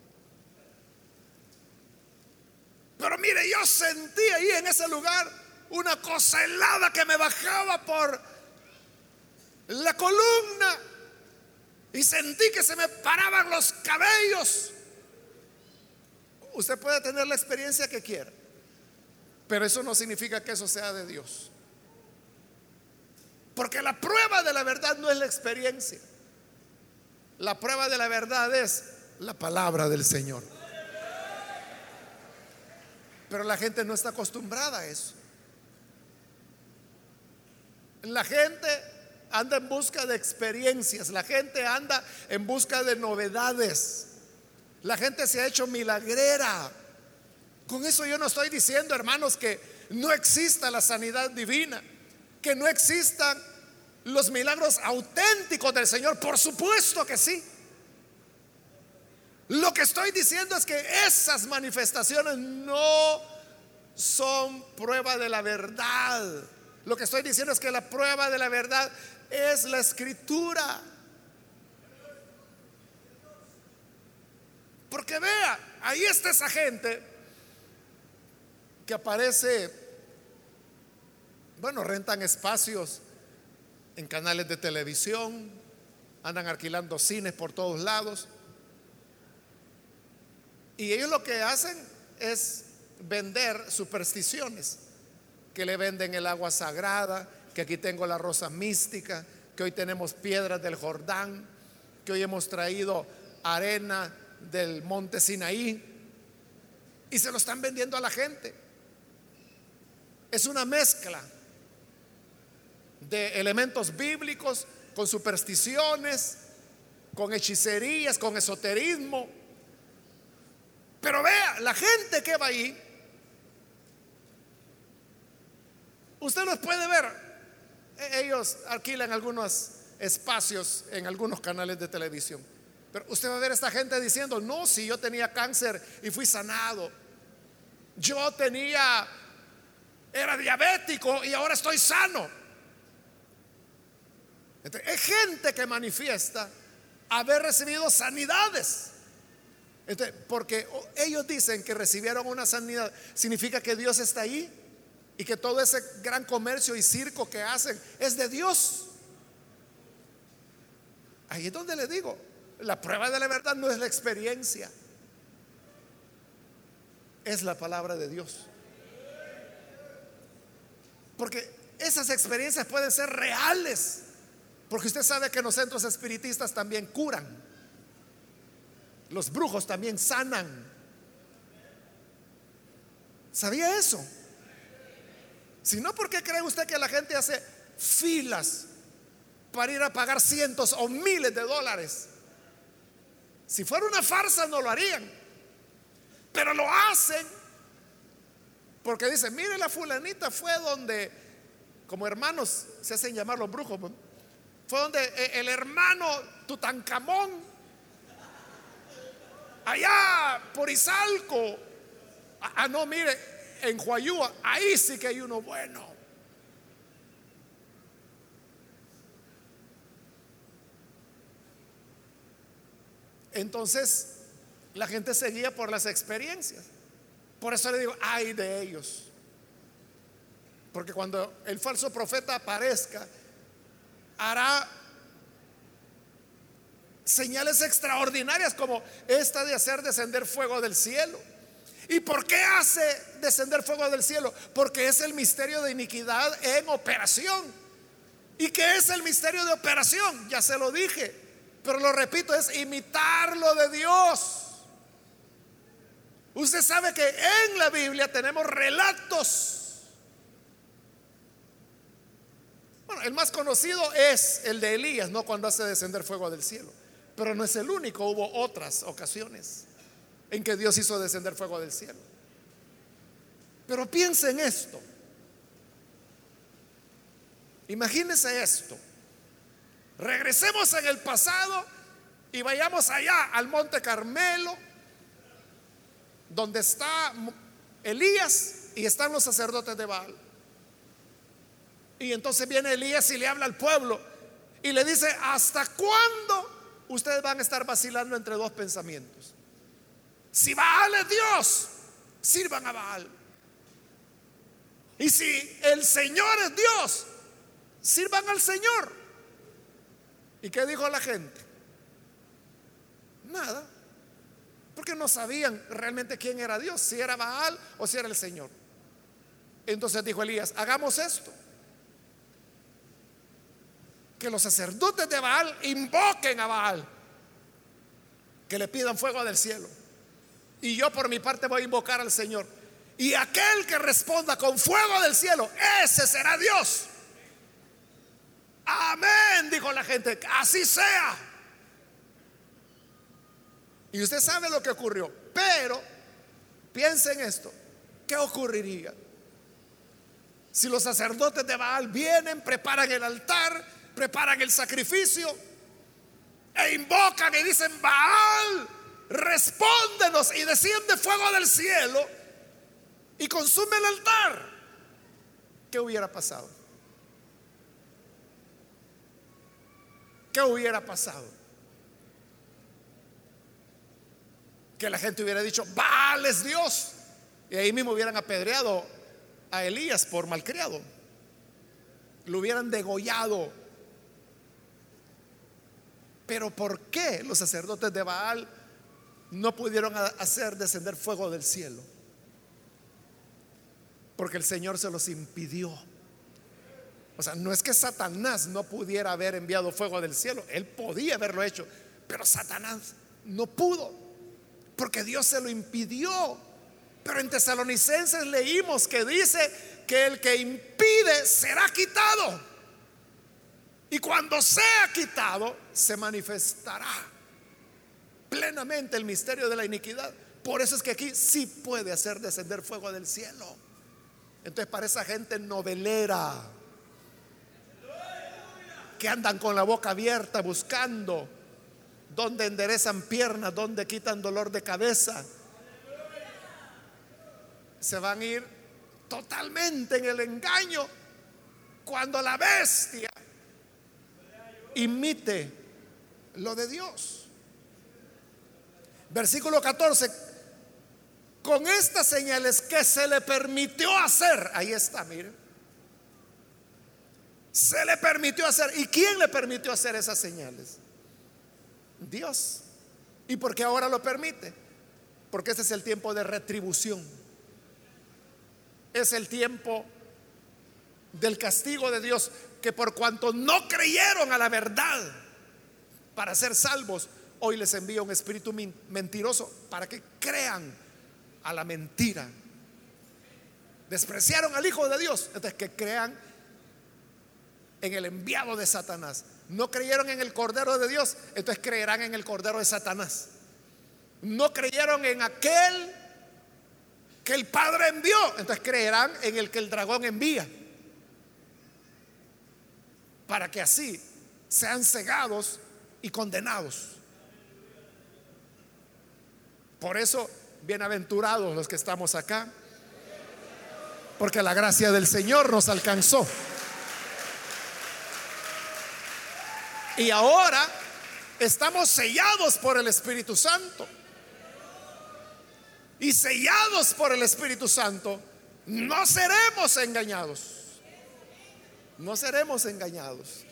pero mire, yo sentí ahí en ese lugar una cosa helada que me bajaba por la columna y sentí que se me paraban los cabellos. Usted puede tener la experiencia que quiera, pero eso no significa que eso sea de Dios. Porque la prueba de la verdad no es la experiencia. La prueba de la verdad es la palabra del Señor. Pero la gente no está acostumbrada a eso. La gente anda en busca de experiencias, la gente anda en busca de novedades, la gente se ha hecho milagrera. Con eso yo no estoy diciendo, hermanos, que no exista la sanidad divina, que no existan los milagros auténticos del Señor. Por supuesto que sí. Lo que estoy diciendo es que esas manifestaciones no son prueba de la verdad. Lo que estoy diciendo es que la prueba de la verdad es la Escritura. Porque vea, ahí está esa gente que aparece, bueno, rentan espacios en canales de televisión, andan alquilando cines por todos lados, y ellos lo que hacen es vender supersticiones, que le venden el agua sagrada, que aquí tengo la rosa mística, que hoy tenemos piedras del Jordán, que hoy hemos traído arena del monte Sinaí, y se lo están vendiendo a la gente. Es una mezcla de elementos bíblicos con supersticiones, con hechicerías, con esoterismo. Pero vea, la gente que va ahí, usted los puede ver. Ellos alquilan algunos espacios en algunos canales de televisión, pero usted va a ver a esta gente diciendo: no, si yo tenía cáncer y fui sanado, yo tenía, era diabético y ahora estoy sano. Entonces, es gente que manifiesta haber recibido sanidades. Entonces, porque ellos dicen que recibieron una sanidad, significa que Dios está ahí y que todo ese gran comercio y circo que hacen es de Dios. Ahí es donde le digo, la prueba de la verdad no es la experiencia, es la palabra de Dios. Porque esas experiencias pueden ser reales, porque usted sabe que en los centros espiritistas también curan, los brujos también sanan. ¿Sabía eso? Si no, ¿por qué cree usted que la gente hace filas para ir a pagar cientos o miles de dólares? Si fuera una farsa no lo harían, pero lo hacen porque dicen, mire, la fulanita fue donde, como hermanos se hacen llamar los brujos, fue donde el hermano Tutankamón, allá por Izalco. Ah, no, mire, en Huayúa, ahí sí que hay uno bueno. Entonces la gente se guía por las experiencias. Por eso le digo, ay de ellos, porque cuando el falso profeta aparezca, hará señales extraordinarias como esta de hacer descender fuego del cielo. ¿Y por qué hace descender fuego del cielo? Porque es el misterio de iniquidad en operación. ¿Y qué es el misterio de operación? Ya se lo dije, pero lo repito, es imitar lo de Dios. Usted sabe que en la Biblia tenemos relatos. Bueno, el más conocido es el de Elías, ¿no? Cuando hace descender fuego del cielo. Pero no es el único, hubo otras ocasiones en que Dios hizo descender fuego del cielo. Pero piense en esto. Imagínese esto. Regresemos en el pasado y vayamos allá al Monte Carmelo, donde está Elías y están los sacerdotes de Baal. Y entonces viene Elías y le habla al pueblo y le dice, ¿hasta cuándo ustedes van a estar vacilando entre dos pensamientos? Si Baal es Dios, sirvan a Baal. Y si el Señor es Dios, sirvan al Señor. ¿Y qué dijo la gente? Nada, porque no sabían realmente quién era Dios, si era Baal o si era el Señor. Entonces dijo Elías, hagamos esto: que los sacerdotes de Baal invoquen a Baal, que le pidan fuego del cielo, y yo por mi parte voy a invocar al Señor, y aquel que responda con fuego del cielo, ese será Dios. Amén, dijo la gente, así sea. Y usted sabe lo que ocurrió. Pero piense en esto: ¿qué ocurriría si los sacerdotes de Baal vienen, preparan el altar, preparan el sacrificio e invocan y dicen, Baal, respóndenos, y desciende fuego del cielo y consume el altar? ¿Qué hubiera pasado? ¿Qué hubiera pasado? Que la gente hubiera dicho, Baal es Dios, y ahí mismo hubieran apedreado a Elías por malcriado, lo hubieran degollado. Pero ¿por qué los sacerdotes de Baal no pudieron hacer descender fuego del cielo? Porque el Señor se los impidió. O sea, no es que Satanás no pudiera haber enviado fuego del cielo, él podía haberlo hecho, pero Satanás no pudo, porque Dios se lo impidió. Pero en Tesalonicenses leímos que dice que el que impide será quitado, y cuando sea quitado se manifestará plenamente el misterio de la iniquidad. Por eso es que aquí sí puede hacer descender fuego del cielo. Entonces, para esa gente novelera que andan con la boca abierta buscando donde enderezan piernas, donde quitan dolor de cabeza, se van a ir totalmente en el engaño cuando la bestia imite lo de Dios. Versículo catorce: con estas señales que se le permitió hacer, ahí está, miren, se le permitió hacer. ¿Y quién le permitió hacer esas señales? Dios. ¿Y por qué ahora lo permite? Porque este es el tiempo de retribución. Es el tiempo del castigo de Dios, que por cuanto no creyeron a la verdad para ser salvos, hoy les envía un espíritu mentiroso para que crean a la mentira. Despreciaron al Hijo de Dios, entonces que crean en el enviado de Satanás. No creyeron en el Cordero de Dios, entonces creerán en el Cordero de Satanás. No creyeron en aquel que el Padre envió, entonces creerán en el que el dragón envía, para que así sean cegados y condenados. Por eso, bienaventurados los que estamos acá, porque la gracia del Señor nos alcanzó. Y ahora estamos sellados por el Espíritu Santo. Y sellados por el Espíritu Santo, no seremos engañados. No seremos engañados.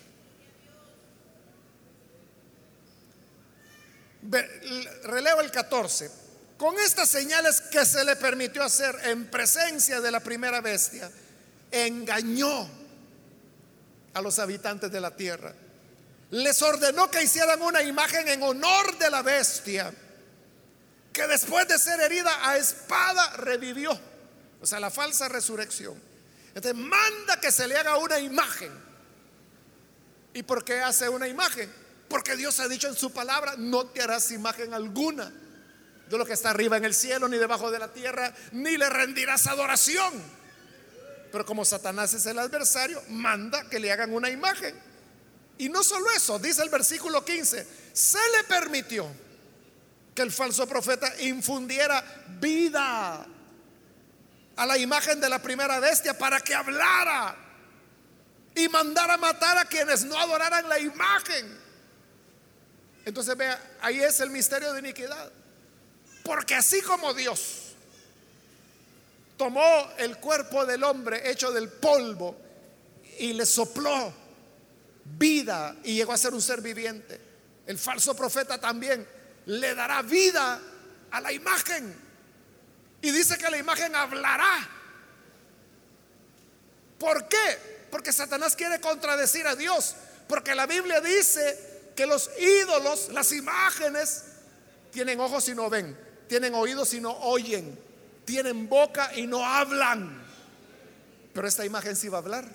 Releo el catorce. Con estas señales que se le permitió hacer en presencia de la primera bestia, engañó a los habitantes de la tierra. Les ordenó que hicieran una imagen en honor de la bestia, que después de ser herida a espada revivió. O sea, la falsa resurrección. Entonces manda que se le haga una imagen. ¿Y por qué hace una imagen? Porque Dios ha dicho en su palabra: no te harás imagen alguna de lo que está arriba en el cielo, ni debajo de la tierra, ni le rendirás adoración. Pero como Satanás es el adversario, manda que le hagan una imagen. Y no solo eso, dice el versículo quince: se le permitió que el falso profeta infundiera vida a la imagen de la primera bestia, para que hablara y mandara matar a quienes no adoraran la imagen. Entonces vea, ahí es el misterio de iniquidad. Porque así como Dios tomó el cuerpo del hombre hecho del polvo y le sopló vida y llegó a ser un ser viviente, el falso profeta también le dará vida a la imagen. Y dice que la imagen hablará. ¿Por qué? Porque Satanás quiere contradecir a Dios. Porque la Biblia dice que los ídolos, las imágenes, tienen ojos y no ven, tienen oídos y no oyen, tienen boca y no hablan. Pero esta imagen sí va a hablar.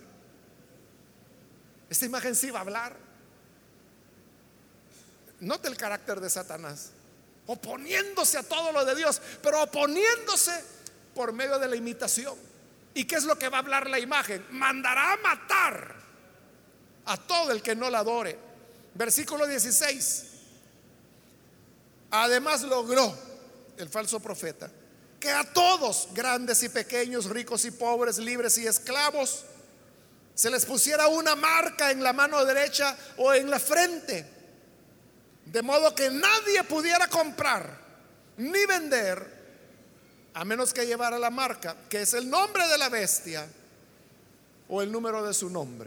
Esta imagen sí va a hablar. Note el carácter de Satanás, oponiéndose a todo lo de Dios, pero oponiéndose por medio de la imitación. ¿Y qué es lo que va a hablar la imagen? Mandará a matar a todo el que no la adore. Versículo dieciséis. Además logró el falso profeta que a todos, grandes y pequeños, ricos y pobres, libres y esclavos, se les pusiera una marca en la mano derecha o en la frente, de modo que nadie pudiera comprar ni vender a menos que llevara la marca, que es el nombre de la bestia o el número de su nombre.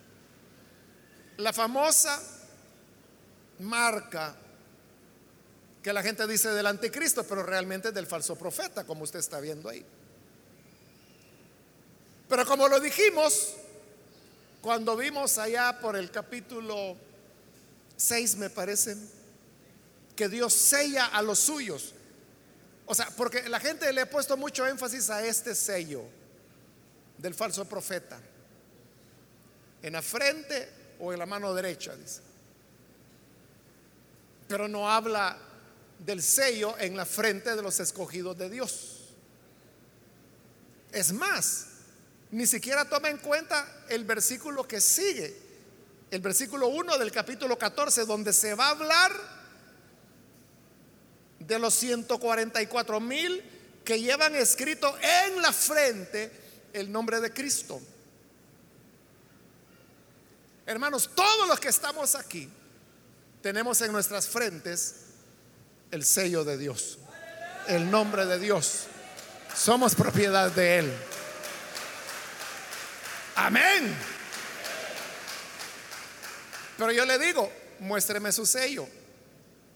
La famosa marca que la gente dice del anticristo, pero realmente es del falso profeta, como usted está viendo ahí. Pero como lo dijimos cuando vimos allá por el capítulo seis, me parece, que Dios sella a los suyos. O sea, porque la gente le ha puesto mucho énfasis a este sello del falso profeta, en la frente o en la mano derecha, dice. Pero no habla del sello en la frente de los escogidos de Dios. Es más, ni siquiera toma en cuenta el versículo que sigue, el versículo uno del capítulo catorce, donde se va a hablar de los ciento cuarenta y cuatro mil que llevan escrito en la frente el nombre de Cristo. Hermanos, todos los que estamos aquí tenemos en nuestras frentes el sello de Dios, el nombre de Dios. Somos propiedad de Él. Amén. Pero yo le digo, muéstreme su sello.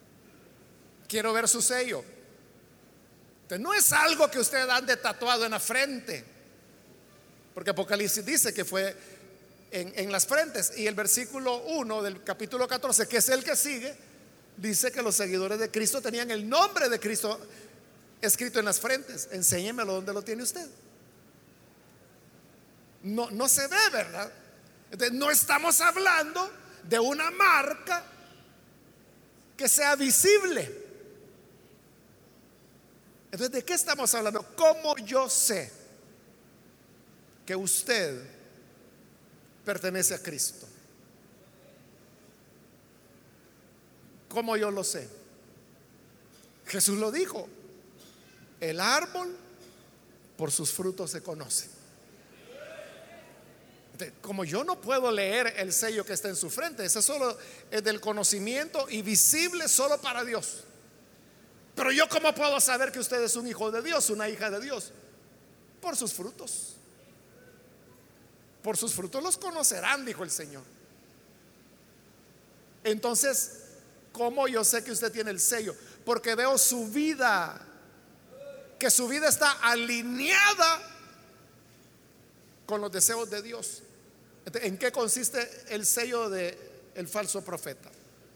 quiero ver su sello. Entonces, no es algo que usted ande tatuado en la frente, porque Apocalipsis dice que fue en, en las frentes. Y el versículo uno del capítulo catorce, que es el que sigue, dice que los seguidores de Cristo tenían el nombre de Cristo escrito en las frentes. Enséñemelo donde lo tiene usted. No, no se ve, ¿verdad? Entonces, no estamos hablando de una marca que sea visible. Entonces, ¿de qué estamos hablando? ¿Cómo yo sé que usted pertenece a Cristo? ¿Cómo yo lo sé? Jesús lo dijo: el árbol por sus frutos se conoce. Entonces, como yo no puedo leer el sello que está en su frente, ese solo es del conocimiento y visible solo para Dios. Pero yo, ¿cómo puedo saber que usted es un hijo de Dios, una hija de Dios? Por sus frutos. Por sus frutos los conocerán, dijo el Señor. Entonces, ¿cómo yo sé que usted tiene el sello? Porque veo su vida, que su vida está alineada con los deseos de Dios. Entonces, ¿en qué consiste el sello del falso profeta?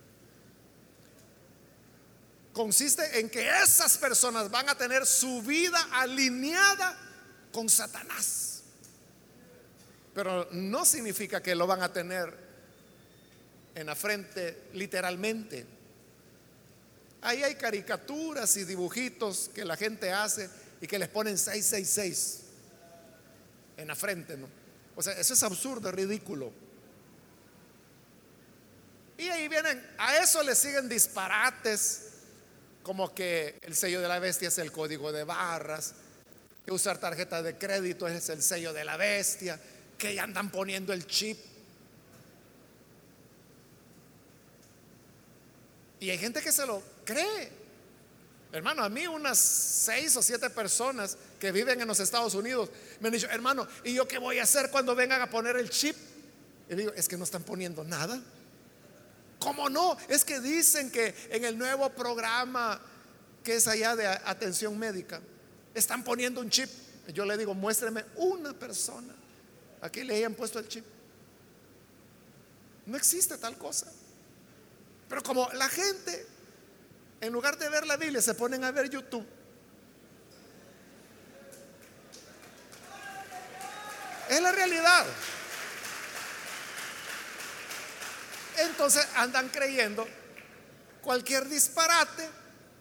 Consiste en que esas personas van a tener su vida alineada con Satanás. Pero no significa que lo van a tener en la frente literalmente. Ahí hay caricaturas y dibujitos que la gente hace y que les ponen seis seis seis en la frente, ¿no? O sea, eso es absurdo, es ridículo. Y ahí vienen, a eso le siguen disparates, como que el sello de la bestia es el código de barras, que usar tarjeta de crédito es el sello de la bestia, que ya andan poniendo el chip. Y hay gente que se lo cree. Hermano, a mí unas seis o siete personas que viven en los Estados Unidos me han dicho: hermano, ¿y yo qué voy a hacer cuando vengan a poner el chip? Y le digo: es que no están poniendo nada. ¿Cómo no? Es que dicen que en el nuevo programa que es allá de atención médica están poniendo un chip. Yo le digo: muéstreme una persona aquí le hayan puesto el chip. No existe tal cosa. Pero como la gente, en lugar de ver la Biblia, se ponen a ver YouTube, es la realidad. Entonces andan creyendo cualquier disparate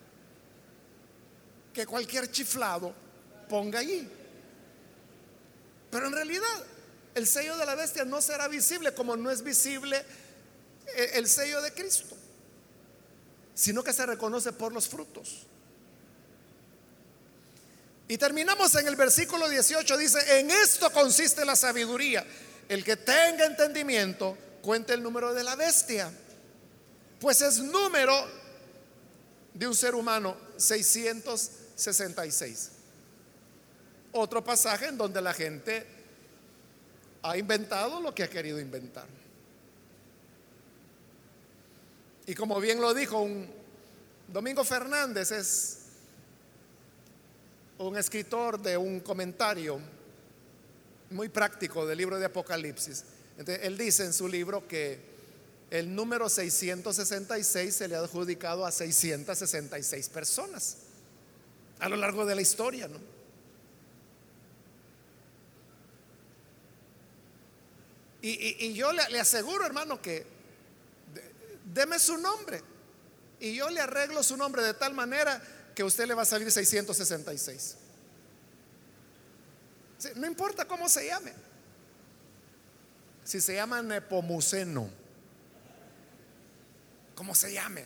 que cualquier chiflado ponga allí. Pero en realidad el sello de la bestia no será visible, como no es visible el sello de Cristo, sino que se reconoce por los frutos. Y terminamos en el versículo dieciocho, dice: en esto consiste la sabiduría. El que tenga entendimiento cuente el número de la bestia, pues es número de un ser humano seiscientos sesenta y seis. Otro pasaje en donde la gente ha inventado lo que ha querido inventar. Y como bien lo dijo un Domingo Fernández, es un escritor de un comentario muy práctico del libro de Apocalipsis. Entonces, él dice en su libro que el número seiscientos sesenta y seis se le ha adjudicado a seiscientas sesenta y seis personas a lo largo de la historia, ¿no? Y, y, y yo le, le aseguro, hermano, que de, deme su nombre y yo le arreglo su nombre de tal manera que a usted le va a salir seiscientos sesenta y seis. Sí, no importa cómo se llame. Si se llama Nepomuceno, como se llame,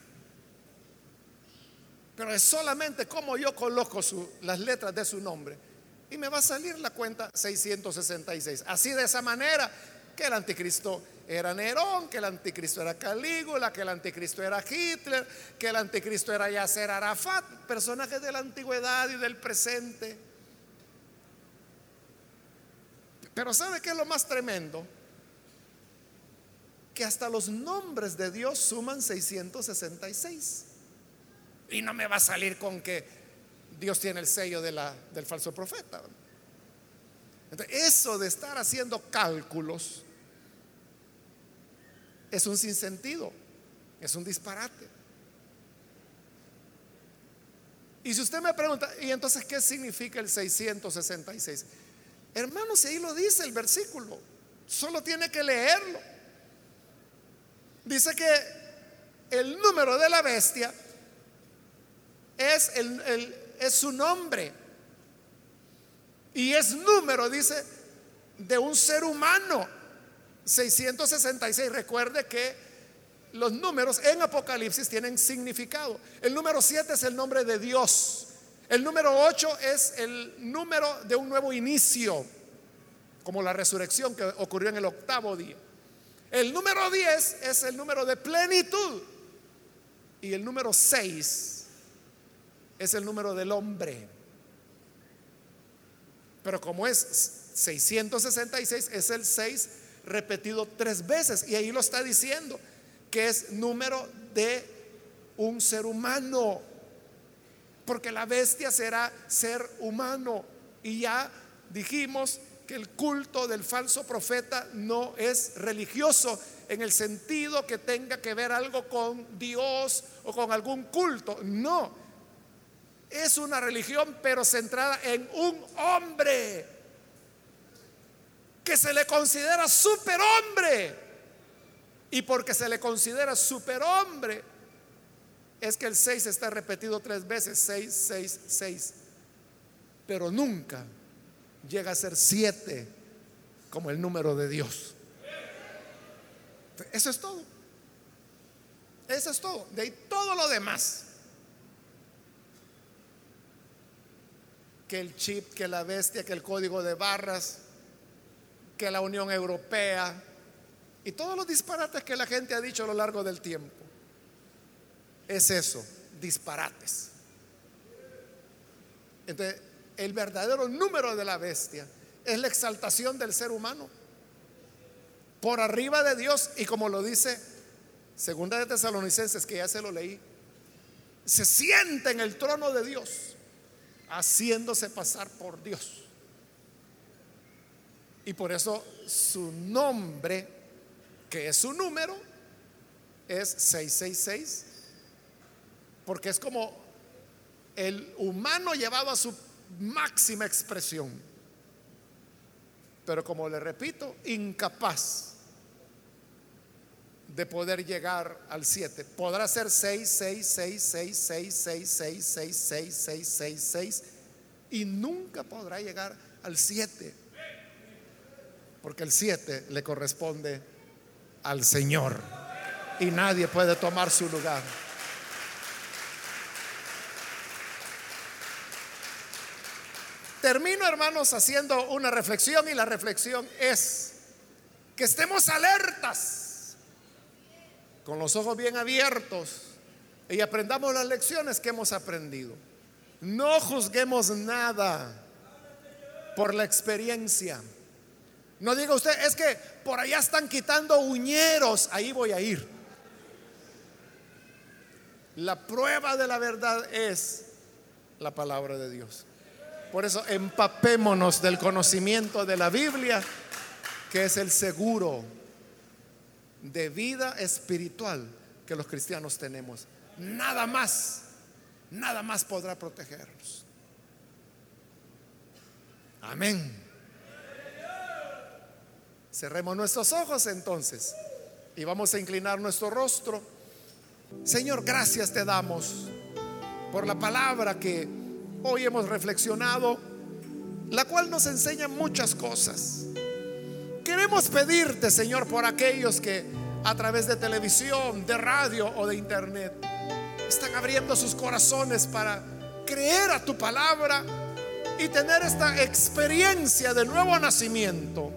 pero es solamente como yo coloco su, las letras de su nombre, y me va a salir la cuenta seiscientos sesenta y seis. Así, de esa manera, que el anticristo era Nerón, que el anticristo era Calígula, que el anticristo era Hitler, que el anticristo era Yasser Arafat, personajes de la antigüedad y del presente. Pero ¿sabe qué es lo más tremendo? Que hasta los nombres de Dios suman seiscientos sesenta y seis. Y no me va a salir con que Dios tiene el sello de la, del falso profeta. Entonces, eso de estar haciendo cálculos es un sinsentido, es un disparate. Y si usted me pregunta, ¿y entonces qué significa el seiscientos sesenta y seis? Hermanos, si ahí lo dice el versículo, solo tiene que leerlo. Dice que el número de la bestia es, el, el, es su nombre. Y es número, dice, de un ser humano. seiscientos sesenta y seis. Recuerde que los números en Apocalipsis tienen significado. El número siete es el nombre de Dios. El número ocho es el número de un nuevo inicio, como la resurrección que ocurrió en el octavo día. El número diez es el número de plenitud. Y el número seis es el número del hombre. Pero como es seiscientos sesenta y seis, es el seis repetido tres veces. Y ahí lo está diciendo, que es número de un ser humano, porque la bestia será ser humano. Y ya dijimos que el culto del falso profeta no es religioso en el sentido que tenga que ver algo con Dios o con algún culto. No, es una religión pero centrada en un hombre que se le considera superhombre. Y porque se le considera superhombre es que el seis está repetido tres veces, seis, seis, seis. Pero nunca llega a ser siete como el número de Dios. Eso es todo. Eso es todo. De ahí todo lo demás, que el chip, que la bestia, que el código de barras, que la Unión Europea y todos los disparates que la gente ha dicho a lo largo del tiempo, es eso, disparates. Entonces, el verdadero número de la bestia es la exaltación del ser humano por arriba de Dios. Y como lo dice Segunda de Tesalonicenses, que ya se lo leí, se sienta en el trono de Dios, haciéndose pasar por Dios. Y por eso su nombre, que es su número, es seiscientos sesenta y seis, porque es como el humano llevado a su máxima expresión. Pero como le repito, incapaz de poder llegar al siete. Podrá ser seis, seis, seis, seis, seis, seis, seis, seis, seis, seis, seis, seis, y nunca podrá llegar al siete, porque el siete le corresponde al Señor y nadie puede tomar su lugar. Termino, hermanos, haciendo una reflexión, y la reflexión es que estemos alertas, con los ojos bien abiertos, y aprendamos las lecciones que hemos aprendido. No juzguemos nada por la experiencia. No diga usted, es que por allá están quitando uñeros, ahí voy a ir. La prueba de la verdad es la palabra de Dios. Por eso empapémonos del conocimiento de la Biblia, que es el seguro de vida espiritual que los cristianos tenemos. Nada más, nada más podrá protegernos. Amén. Cerremos nuestros ojos entonces y vamos a inclinar nuestro rostro. Señor, gracias te damos por la palabra que hoy hemos reflexionado, la cual nos enseña muchas cosas. Queremos pedirte, Señor, por aquellos que a través de televisión, de radio o de internet están abriendo sus corazones para creer a tu palabra y tener esta experiencia de nuevo nacimiento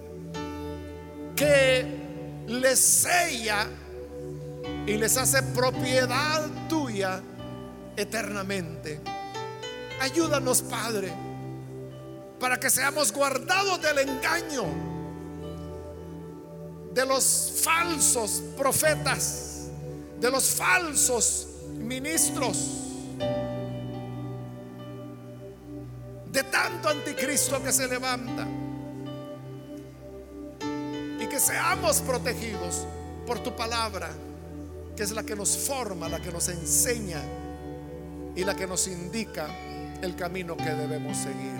que les sella y les hace propiedad tuya eternamente. Ayúdanos, Padre, para que seamos guardados del engaño de los falsos profetas, de los falsos ministros, de tanto anticristo que se levanta, y que seamos protegidos por tu palabra, que es la que nos forma, la que nos enseña y la que nos indica el camino que debemos seguir.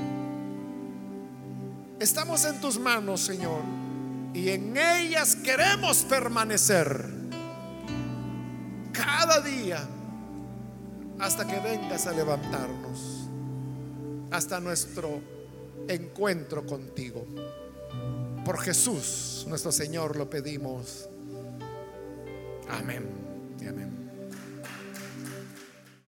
Estamos en tus manos, Señor, y en ellas queremos permanecer cada día hasta que vengas a levantarnos, hasta nuestro encuentro contigo. Por Jesús nuestro Señor lo pedimos. Amén y amén.